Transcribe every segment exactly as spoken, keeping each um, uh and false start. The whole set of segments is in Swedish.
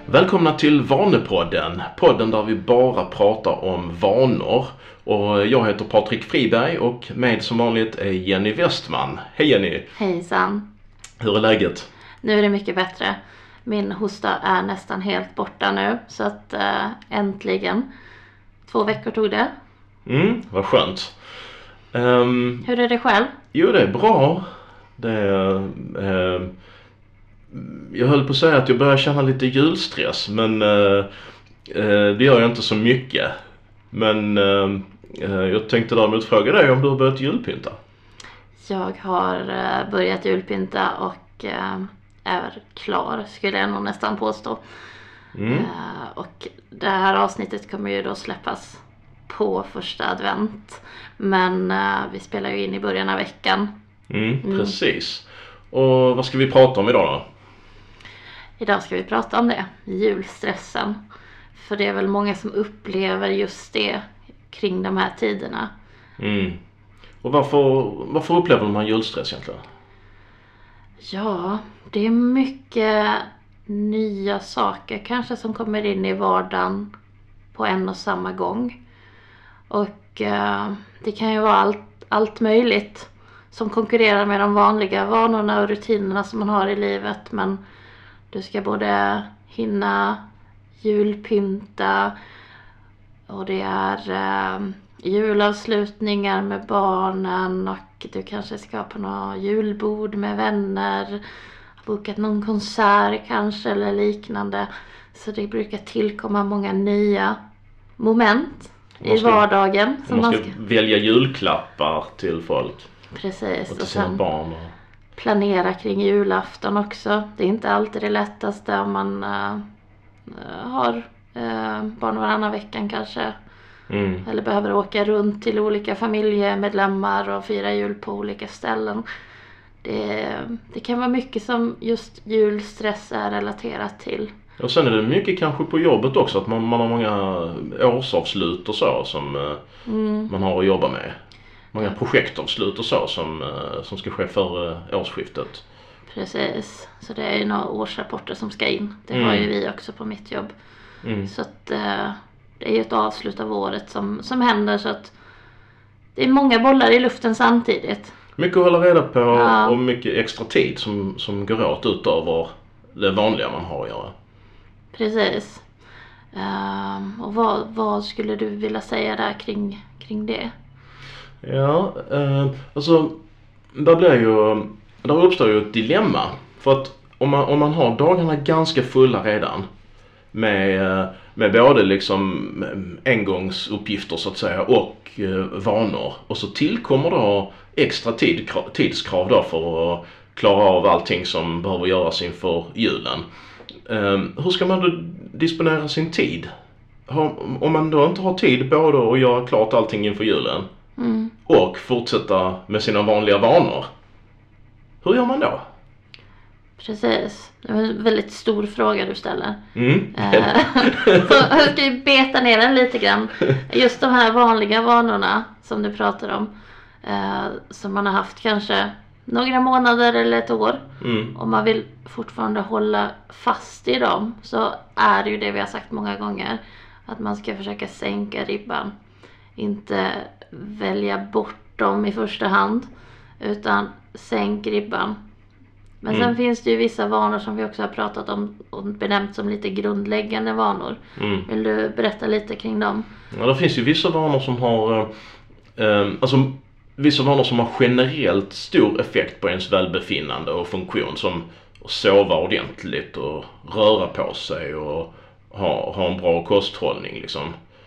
Välkomna till Vanepodden, podden där vi bara pratar om vanor. Och jag heter Patrik Friberg och med som vanligt är Jenny Westman. Hej Jenny! Hejsan! Hur är läget? Nu är det mycket bättre. Min hosta är nästan helt borta nu, så att äh, äntligen. Två veckor tog det. Mm, vad skönt. Um, Hur är det själv? Jo, det är bra. Det är... Uh, jag höll på att säga att jag börjar känna lite julstress, men uh, uh, det gör jag inte så mycket. Men uh, uh, jag tänkte däremot fråga dig om du har börjat julpynta. Jag har uh, börjat julpynta och uh, är klar, skulle jag nog nästan påstå. Mm. Uh, och det här avsnittet kommer ju då släppas på första advent. Men uh, vi spelar ju in i början av veckan. Mm, precis. Mm. Och vad ska vi prata om idag då? Idag ska vi prata om det, julstressen. För det är väl många som upplever just det kring de här tiderna. Mm. Och varför, varför upplever man julstress egentligen? Ja, det är mycket nya saker kanske som kommer in i vardagen på en och samma gång. Och uh, det kan ju vara allt, allt möjligt som konkurrerar med de vanliga vanorna och rutinerna som man har i livet. Men du ska både hinna julpynta och det är uh, julavslutningar med barnen och du kanske ska på något julbord med vänner, bokat någon konsert kanske eller liknande. Så det brukar tillkomma många nya moment i ska, vardagen. Som man ska, man ska välja julklappar till folk. Precis. Och till sina barn. Och... planera kring julafton också. Det är inte alltid det lättaste om man uh, har uh, barn varannan veckan kanske. Mm. Eller behöver åka runt till olika familjemedlemmar och fira jul på olika ställen. Det, det kan vara mycket som just julstress är relaterat till. Och sen är det mycket kanske på jobbet också. Att man, man har många årsavslut och så som mm. man har att jobba med. Många projektavslut och så som, som ska ske före årsskiftet. Precis, så det är ju några årsrapporter som ska in. Det har mm. ju vi också på mitt jobb. Mm. Så att eh, det är ju ett avslut av året som, som händer, så att det är många bollar i luften samtidigt. Mycket att hålla reda på ja. Och mycket extra tid som, som går åt utöver det vanliga man har att göra. Precis. Um, och vad, vad skulle du vilja säga där kring, kring det? Ja, eh, alltså där blir ju, där uppstår ju ett dilemma. För att om man, om man har dagarna ganska fulla redan med, med både liksom engångsuppgifter så att säga och eh, vanor. Och så tillkommer då extra tid, tidskrav då för att klara av allting som behöver göras inför julen. Eh, hur ska man då disponera sin tid? Om man då inte har tid både att göra klart allting inför julen mm. och fortsätta med sina vanliga vanor. Hur gör man då? Precis. Det är en väldigt stor fråga du ställer. Mm. Så jag ska ju beta ner den lite grann. Just de här vanliga vanorna som du pratar om. Som man har haft kanske några månader eller ett år. Mm. Om man vill fortfarande hålla fast i dem så är det ju det vi har sagt många gånger. Att man ska försöka sänka ribban. Inte välja bort dem i första hand. Utan sänk ribban. Men mm. sen finns det ju vissa vanor som vi också har pratat om och benämnt som lite grundläggande vanor. Mm. Vill du berätta lite kring dem? Ja, det finns ju vissa vanor som har eh, alltså vissa vanor som har generellt stor effekt på ens välbefinnande och funktion, som att sova ordentligt och röra på sig och ha, ha en bra kosthållning liksom.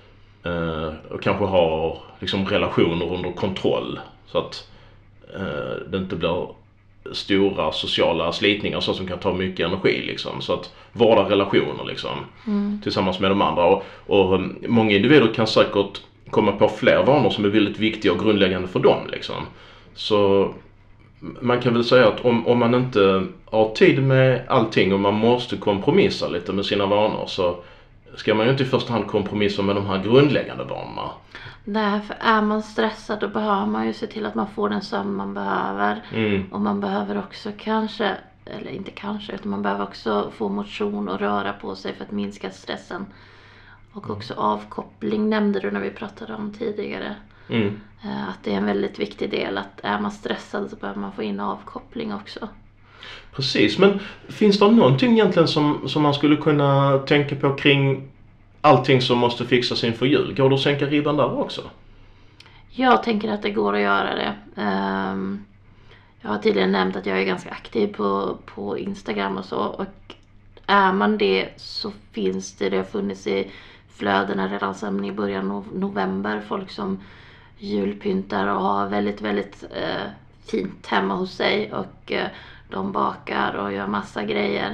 Eh, och kanske ha liksom relationer under kontroll så att eh, det inte blir stora sociala slitningar så som kan ta mycket energi liksom, så att vårda relationer liksom mm. tillsammans med de andra och, och många individer kan säkert komma på fler vanor som är väldigt viktiga och grundläggande för dem liksom. Så man kan väl säga att om, om man inte har tid med allting och man måste kompromissa lite med sina vanor, så ska man ju inte i första hand kompromissa med de här grundläggande vanorna. Därför är man stressad, då behöver man ju se till att man får den sömn man behöver. Mm. Och man behöver också kanske eller inte kanske, utan man behöver också få motion och röra på sig för att minska stressen. Och också avkoppling nämnde du när vi pratade om tidigare. Mm. Att det är en väldigt viktig del, att är man stressad så behöver man få in avkoppling också. Precis, men finns det någonting egentligen som, som man skulle kunna tänka på kring allting som måste fixas inför jul? Går det att sänka ribban där också? Jag tänker att det går att göra det. Um, jag har tidigare nämnt att jag är ganska aktiv på, på Instagram och så. Och är man det så finns det, det har funnits i flödena redan sedan i början av november. Folk som julpyntar och har väldigt, väldigt eh, fint hemma hos sig. Och eh, de bakar och gör massa grejer.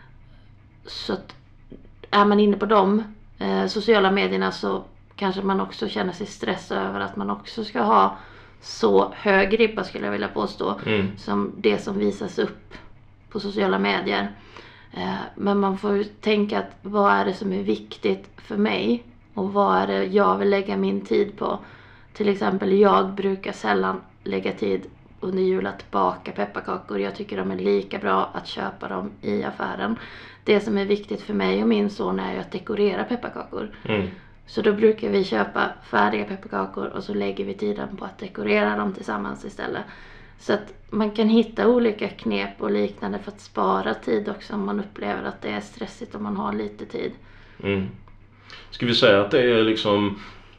Så att är man inne på de eh, sociala medierna så kanske man också känner sig stressad över att man också ska ha så hög ribba, skulle jag vilja påstå, mm. som det som visas upp på sociala medier. Eh, men man får ju tänka att vad är det som är viktigt för mig och vad är det jag vill lägga min tid på. Till exempel jag brukar sällan lägga tid under jul att baka pepparkakor. Jag tycker de är lika bra att köpa dem i affären. Det som är viktigt för mig och min son är ju att dekorera pepparkakor. Mm. Så då brukar vi köpa färdiga pepparkakor och så lägger vi tiden på att dekorera dem tillsammans istället. Så att man kan hitta olika knep och liknande för att spara tid också om man upplever att det är stressigt och man har lite tid. Mm. Ska vi säga att det är liksom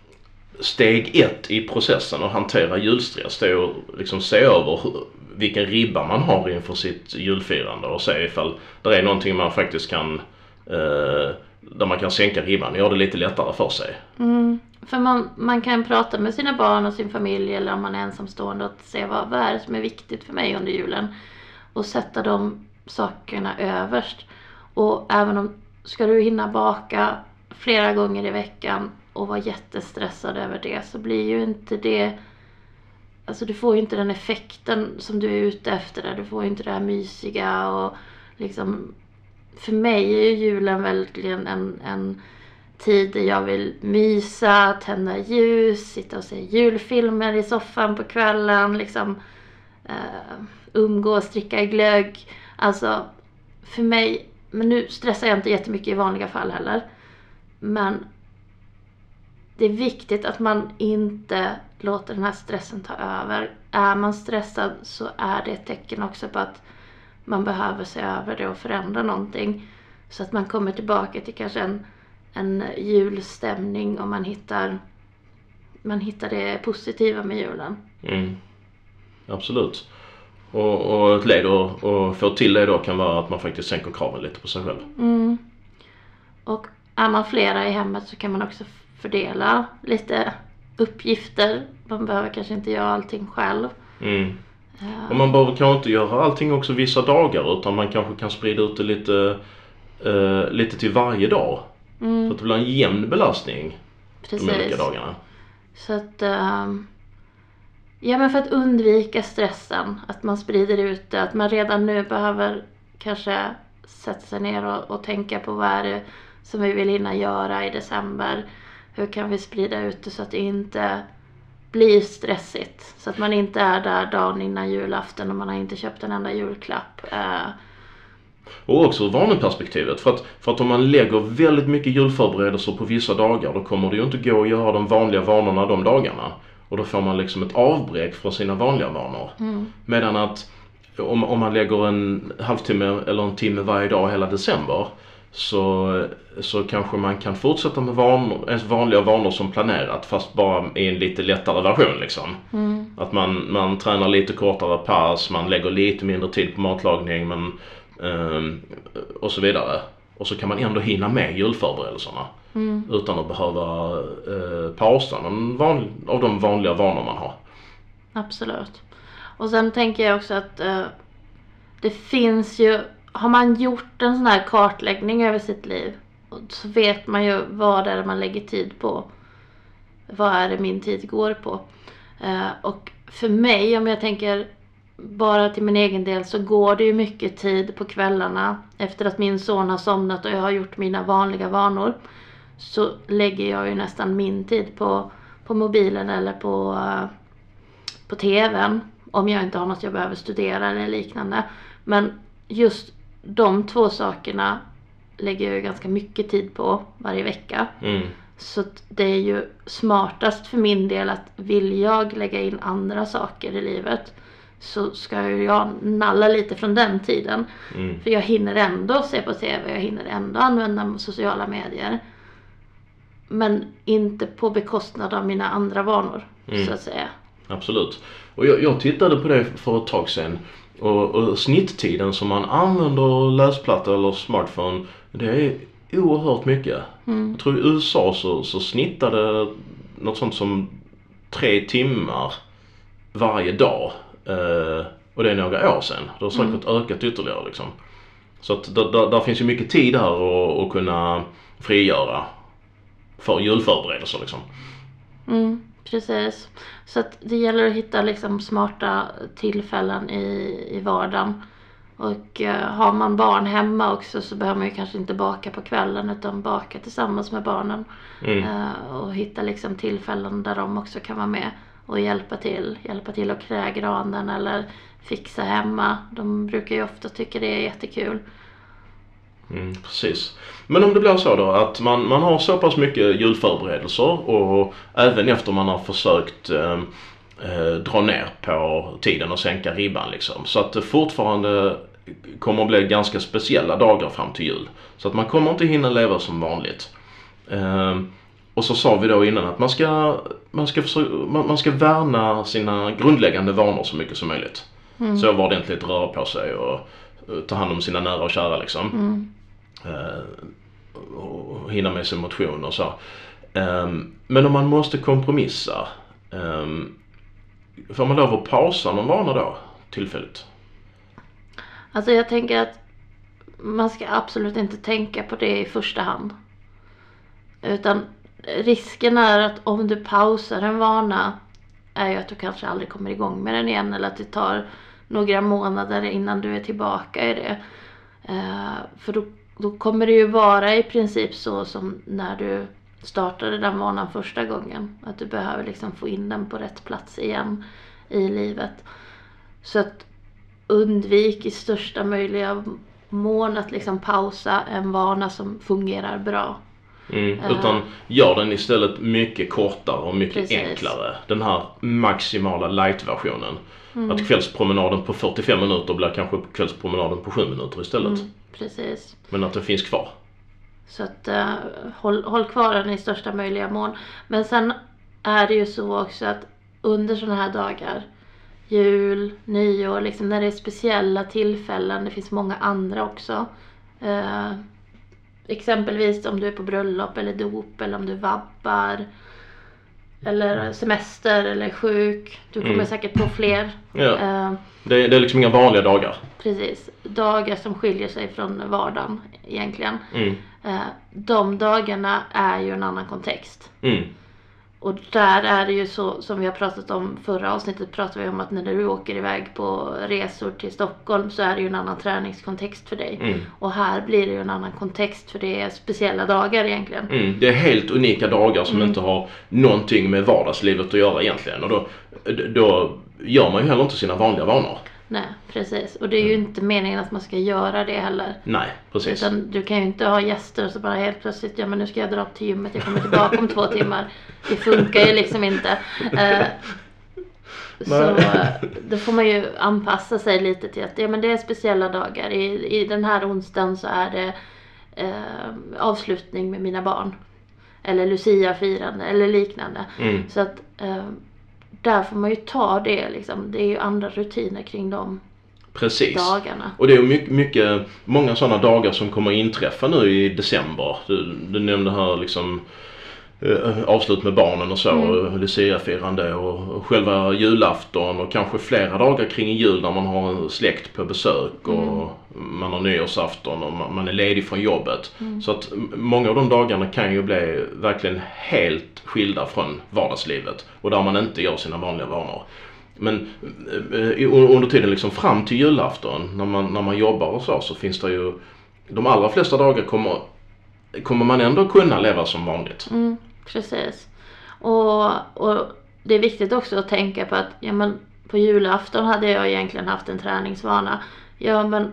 steg ett i processen att hantera julstress? Det är att liksom se över vilken ribba man har inför sitt julfirande och se ifall det är någonting man faktiskt kan eh, där man kan sänka ribban och göra det lite lättare för sig. Mm. För man, man kan prata med sina barn och sin familj, eller om man är ensamstående, och se vad, vad är det som är viktigt för mig under julen och sätta de sakerna överst. Och även om ska du hinna baka flera gånger i veckan och vara jättestressad över det, så blir ju inte det, alltså du får ju inte den effekten som du är ute efter där. Du får ju inte det här mysiga och liksom, för mig är ju julen verkligen en, en tid där jag vill mysa, tända ljus, sitta och se julfilmer i soffan på kvällen, liksom uh, umgås, dricka glögg. Alltså för mig, men nu stressar jag inte jättemycket i vanliga fall heller. Men det är viktigt att man inte låter den här stressen ta över. Är man stressad så är det ett tecken också på att man behöver se över det och förändra någonting. Så att man kommer tillbaka till kanske en, en julstämning och man hittar, man hittar det positiva med julen. Mm. Absolut. Och, och ett led att och få till det då kan vara att man faktiskt sänker kraven lite på sig själv. Mm. Och är man flera i hemmet så kan man också fördela lite uppgifter. Man behöver kanske inte göra allting själv. Mm. Och man behöver kanske inte göra allting också vissa dagar, utan man kanske kan sprida ut det lite, uh, lite till varje dag. Mm. Så att det blir en jämn belastning. Precis. De olika dagarna. Så att, um, ja, men för att undvika stressen, att man sprider ut det, att man redan nu behöver kanske sätta sig ner och, och tänka på vad är det som vi vill hinna göra i december. Hur kan vi sprida ut det så att det inte blir stressigt. Så att man inte är där dagen innan julafton och man har inte köpt en enda julklapp. Uh, Och också vaneperspektivet. För att, för att om man lägger väldigt mycket julförberedelser på vissa dagar, då kommer det ju inte gå att göra de vanliga vanorna de dagarna. Och då får man liksom ett avbräck från sina vanliga vanor. Mm. Medan att om, om man lägger en halvtimme eller en timme varje dag hela december, så, så kanske man kan fortsätta med vanor, ens vanliga vanor som planerat, fast bara i en lite lättare version liksom. Mm. Att man, man tränar lite kortare pass, man lägger lite mindre tid på matlagning, men, um, och så vidare. Och så kan man ändå hinna med julförberedelserna. Mm. Utan att behöva uh, pausa någon van, av de vanliga vanor man har. Absolut. Och sen tänker jag också att uh, det finns ju, har man gjort en sån här kartläggning över sitt liv, så vet man ju vad det är man lägger tid på. Vad är det min tid går på. Uh, och för mig, om jag tänker bara till min egen del, så går det ju mycket tid på kvällarna efter att min son har somnat och jag har gjort mina vanliga vanor. Så lägger jag ju nästan min tid på, på mobilen eller på, uh, på tvn. Om jag inte har något jag behöver studera eller liknande. Men just de två sakerna lägger jag ganska mycket tid på varje vecka. Mm. Så att det är ju smartast för min del att vill jag lägga in andra saker i livet så ska ju jag nalla lite från den tiden. Mm. För jag hinner ändå se på tv, jag hinner ändå använda sociala medier. Men inte på bekostnad av mina andra vanor, Mm. så att säga. Absolut. Och jag, jag tittade på det för ett tag sedan. Och, och snitttiden som man använder läsplatta eller smartphone, det är oerhört mycket. Mm. Jag tror i U S A så, så snittade något sånt som tre timmar varje dag. Eh, och det är några år sedan. Det har säkert mm. ökat ytterligare liksom. Så att där, där, där finns ju mycket tid här att, att kunna frigöra för julförberedelser liksom. Mm, precis. Så att det gäller att hitta liksom smarta tillfällen i, i vardagen. Och uh, har man barn hemma också så behöver man ju kanske inte baka på kvällen utan baka tillsammans med barnen. Mm. Uh, och hitta liksom tillfällen där de också kan vara med och hjälpa till. Hjälpa till att krä granen eller fixa hemma. De brukar ju ofta tycka det är jättekul. Mm, precis. Men om det blir så då att man, man har så pass mycket julförberedelser och även efter man har försökt eh, eh, dra ner på tiden och sänka ribban liksom. Så att det fortfarande kommer att bli ganska speciella dagar fram till jul. Så att man kommer inte hinna leva som vanligt. Eh, och så sa vi då innan att man ska, man ska, försöka, man, man ska värna sina grundläggande vanor så mycket som möjligt. Mm. Så var ordentligt röra på sig och ta hand om sina nära och kära liksom. Mm. Uh, och hinna med sin motion och så. Um, men om man måste kompromissa, um, får man lov att pausa någon vana då tillfälligt? Alltså jag tänker att man ska absolut inte tänka på det i första hand. Utan risken är att om du pausar en vana är ju att du kanske aldrig kommer igång med den igen eller att det tar några månader innan du är tillbaka i det. Uh, för då, då kommer det ju vara i princip så som när du startade den vanan första gången. Att du behöver liksom få in den på rätt plats igen i livet. Så att undvik i största möjliga mån att liksom pausa en vana som fungerar bra. Mm, utan gör den istället mycket kortare och mycket Precis. enklare. Den här maximala light-versionen. Mm. Att kvällspromenaden på fyrtiofem minuter blir kanske kvällspromenaden på sju minuter istället. Mm, precis. Men att den finns kvar. Så att uh, håll, håll kvar den i största möjliga mån. Men sen är det ju så också att under sådana här dagar, jul, nyår, liksom när det är speciella tillfällen, det finns många andra också. Uh, exempelvis om du är på bröllop eller dop eller om du vabbar. Eller semester eller sjuk. Du kommer mm. säkert på fler. Ja. Uh, det, är, det är liksom inga vanliga dagar. Precis. Dagar som skiljer sig från vardagen egentligen. Mm. Uh, de dagarna är ju en annan kontext. Mm. Och där är det ju så som vi har pratat om förra avsnittet, pratade vi om att när du åker iväg på resor till Stockholm så är det ju en annan träningskontext för dig. Mm. Och här blir det ju en annan kontext för det är speciella dagar egentligen. Mm. Det är helt unika dagar som mm. inte har någonting med vardagslivet att göra egentligen. Och då, då gör man ju heller inte sina vanliga vanor. Nej, precis. Och det är ju mm. inte meningen att man ska göra det heller. Nej, precis. Utan du kan ju inte ha gäster och så bara helt plötsligt, ja men nu ska jag dra upp till gymmet, jag kommer tillbaka om två timmar. Det funkar ju liksom inte. Uh, så uh, då får man ju anpassa sig lite till att ja, men det är speciella dagar. I, i den här onsdagen så är det uh, avslutning med mina barn. Eller Lucia-firande eller liknande. Mm. Så att uh, där får man ju ta det liksom. Det är ju andra rutiner kring dem. Precis. Dagarna. Och det är ju mycket, mycket, många sådana dagar som kommer inträffa nu i december. Du, du nämnde här liksom eh, avslut med barnen och så, mm. Lucia-firande och, och själva julafton och kanske flera dagar kring jul när man har släkt på besök och mm. man har nyårsafton och man, man är ledig från jobbet. Mm. Så att många av de dagarna kan ju bli verkligen helt skilda från vardagslivet och där man inte gör sina vanliga vanor. Men eh, under tiden liksom fram till julafton när man, när man jobbar och så, så finns det ju de allra flesta dagar kommer, kommer man ändå kunna leva som vanligt. Mm, precis. Och, och det är viktigt också att tänka på att ja, men på julafton hade jag egentligen haft en träningsvana. Ja men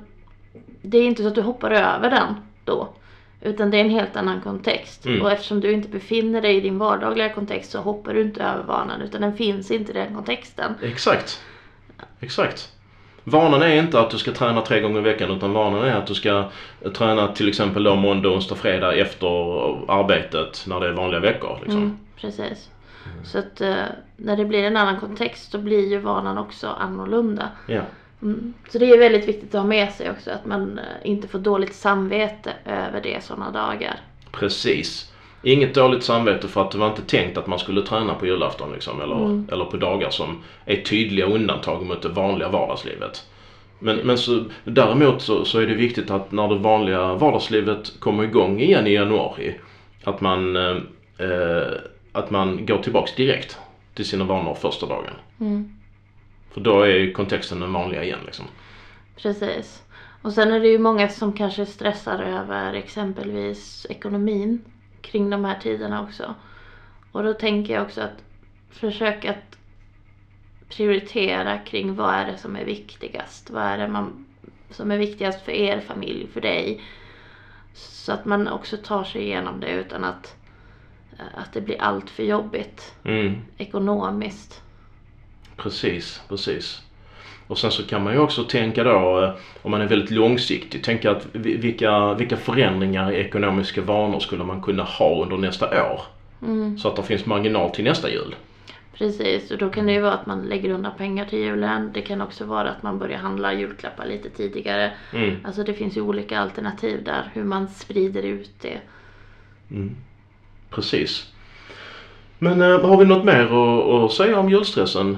det är inte så att du hoppar över den då. Utan det är en helt annan kontext. Mm. Och eftersom du inte befinner dig i din vardagliga kontext så hoppar du inte över vanan. Utan den finns inte i den kontexten. Exakt. Exakt. Vanan är inte att du ska träna tre gånger i veckan, utan vanan är att du ska träna till exempel då måndag, onsdag, fredag efter arbetet när det är vanliga veckor. Liksom. Mm, precis. Mm. Så att uh, när det blir en annan kontext så blir ju vanan också annorlunda. Ja. Mm. Så det är väldigt viktigt att ha med sig också att man uh, inte får dåligt samvete över det sådana dagar. Precis. Inget dåligt samvete för att det var inte tänkt att man skulle träna på julafton liksom, eller, mm. eller på dagar som är tydliga undantag mot det vanliga vardagslivet. Men, men så, däremot så, så är det viktigt att när det vanliga vardagslivet kommer igång igen i januari, att man, eh, att man går tillbaks direkt till sina vanor första dagen. Mm. För då är kontexten den vanliga igen liksom. Precis. Och sen är det ju många som kanske stressar över exempelvis ekonomin kring de här tiderna också. Och då tänker jag också att försöka att prioritera kring vad är det som är viktigast. Vad är det man, som är viktigast för er familj, för dig. Så att man också tar sig igenom det utan att, att det blir allt för jobbigt mm. ekonomiskt. Precis, precis. Och sen så kan man ju också tänka då, om man är väldigt långsiktig, tänka att vilka, vilka förändringar i ekonomiska vanor skulle man kunna ha under nästa år. Mm. Så att det finns marginal till nästa jul. Precis, och då kan det ju vara att man lägger undan pengar till julen. Det kan också vara att man börjar handla julklappar lite tidigare. Mm. Alltså det finns ju olika alternativ där, hur man sprider ut det. Mm. Precis. Men äh, har vi något mer att, att säga om julstressen?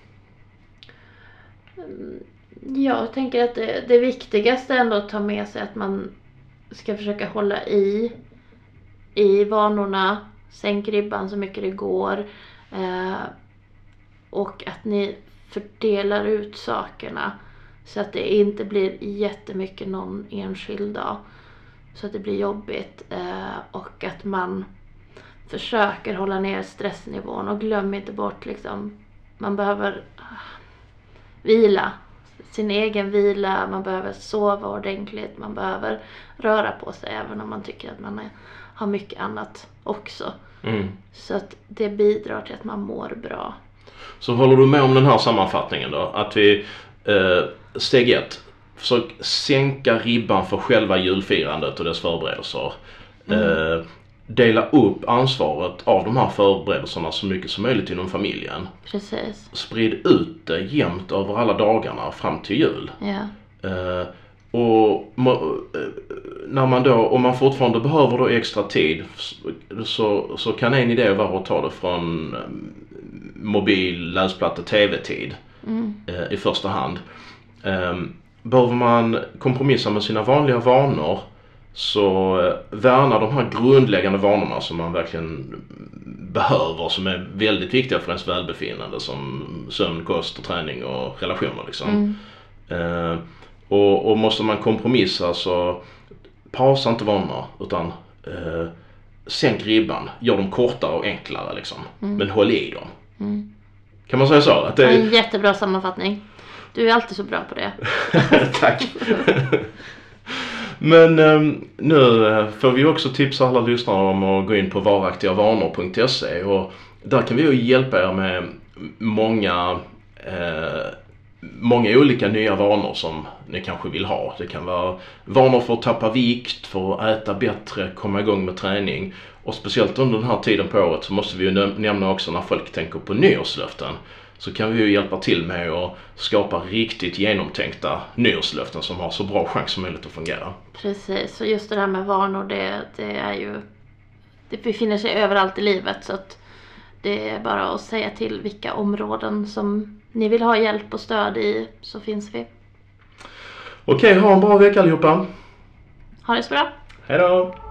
Jag tänker att det, det viktigaste är ändå att ta med sig att man ska försöka hålla i i vanorna, sänk ribban så mycket det går eh, och att ni fördelar ut sakerna så att det inte blir jättemycket någon enskild dag så att det blir jobbigt eh, och att man försöker hålla ner stressnivån och glöm inte bort liksom, man behöver vila, sin egen vila, man behöver sova ordentligt, man behöver röra på sig även om man tycker att man är, har mycket annat också. Mm. Så att det bidrar till att man mår bra. Så håller du med om den här sammanfattningen då? Att vi, eh, steg ett, försök sänka ribban för själva julfirandet och dess förberedelser. Mm. Eh, dela upp ansvaret av de här förberedelserna så mycket som möjligt inom familjen. Precis. Sprid ut det jämnt över alla dagarna fram till jul. Ja. Eh, och när man då, om man fortfarande behöver då extra tid så, så kan en idé vara att ta det från mobil, läsplatta, tv-tid mm. eh, i första hand. Eh, behöver man kompromissa med sina vanliga vanor så värna de här grundläggande vanorna som man verkligen behöver, som är väldigt viktiga för ens välbefinnande, som sömn, kost och träning och relationer liksom. Mm. Eh, och, och måste man kompromissa så pausa inte vanorna utan eh, sänk ribban, gör dem kortare och enklare liksom. Mm. Men håll i dem. Mm. Kan man säga så? Att det är en jättebra sammanfattning. Du är alltid så bra på det. Tack. Men um, nu får vi också tipsa alla lyssnare om att gå in på varaktigavanor punkt se och där kan vi ju hjälpa er med många eh, många olika nya vanor som ni kanske vill ha. Det kan vara vanor för att tappa vikt, för att äta bättre, komma igång med träning. Och speciellt under den här tiden på året så måste vi ju nämna också när folk tänker på nyårslöften. Så kan vi ju hjälpa till med att skapa riktigt genomtänkta nyårslöften som har så bra chans som möjligt att fungera. Precis, och just det här med vanor, det, det är ju, det befinner sig överallt i livet så att det är bara att säga till vilka områden som ni vill ha hjälp och stöd i, så finns vi. Okej, ha en bra vecka allihopa. Ha det så bra. Hej då!